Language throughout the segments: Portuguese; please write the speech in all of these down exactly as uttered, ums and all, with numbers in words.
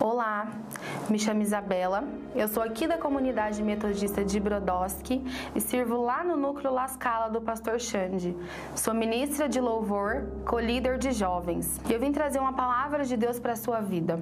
Olá, me chamo Isabela, eu sou aqui da comunidade metodista de Brodowski e sirvo lá no núcleo La Scala do pastor Xande. Sou ministra de louvor, co-líder de jovens e eu vim trazer uma palavra de Deus para a sua vida.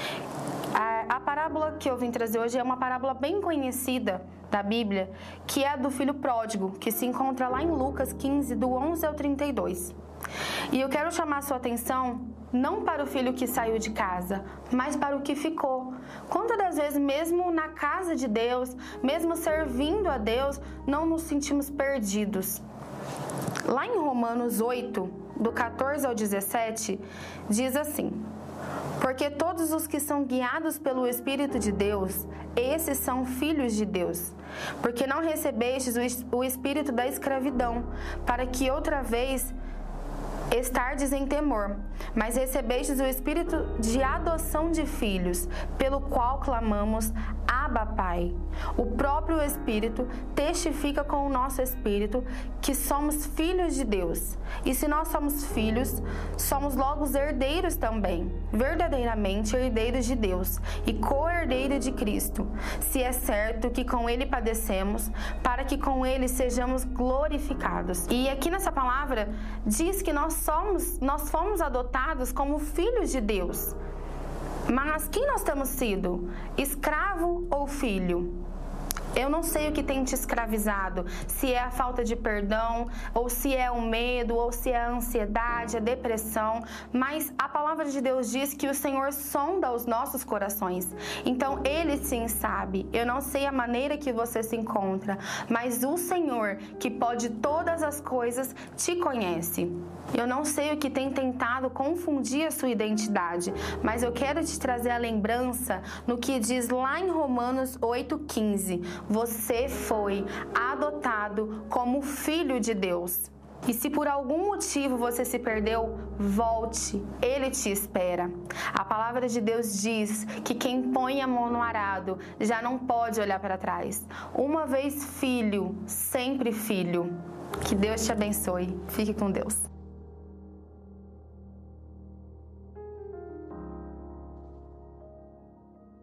A, a parábola que eu vim trazer hoje é uma parábola bem conhecida da Bíblia, que é a do filho pródigo, que se encontra lá em Lucas quinze, do onze ao trinta e dois. E eu quero chamar a sua atenção não para o filho que saiu de casa, mas para o que ficou. Quantas das vezes, mesmo na casa de Deus, mesmo servindo a Deus, não nos sentimos perdidos? Lá em Romanos oito, do quatorze ao dezessete, diz assim: porque todos os que são guiados pelo Espírito de Deus, esses são filhos de Deus. Porque não recebestes o espírito da escravidão, para que outra vez estardes em temor, mas recebestes o espírito de adoção de filhos, pelo qual clamamos, Abba, Pai. O próprio Espírito testifica com o nosso espírito que somos filhos de Deus. E se nós somos filhos, somos logo herdeiros também, verdadeiramente herdeiros de Deus e co-herdeiro de Cristo, se é certo que com Ele padecemos, para que com Ele sejamos glorificados. E aqui nessa palavra diz que nós somos, nós fomos adotados como filhos de Deus. Mas quem nós temos sido? Escravo ou filho? Eu não sei o que tem te escravizado, se é a falta de perdão, ou se é o medo, ou se é a ansiedade, a depressão, mas a palavra de Deus diz que o Senhor sonda os nossos corações, então Ele sim sabe. Eu não sei a maneira que você se encontra, mas o Senhor, que pode todas as coisas, te conhece. Eu não sei o que tem tentado confundir a sua identidade, mas eu quero te trazer a lembrança no que diz lá em Romanos oito, quinze. Você foi adotado como filho de Deus. E se por algum motivo você se perdeu, volte, Ele te espera. A palavra de Deus diz que quem põe a mão no arado já não pode olhar para trás. Uma vez filho, sempre filho. Que Deus te abençoe. Fique com Deus.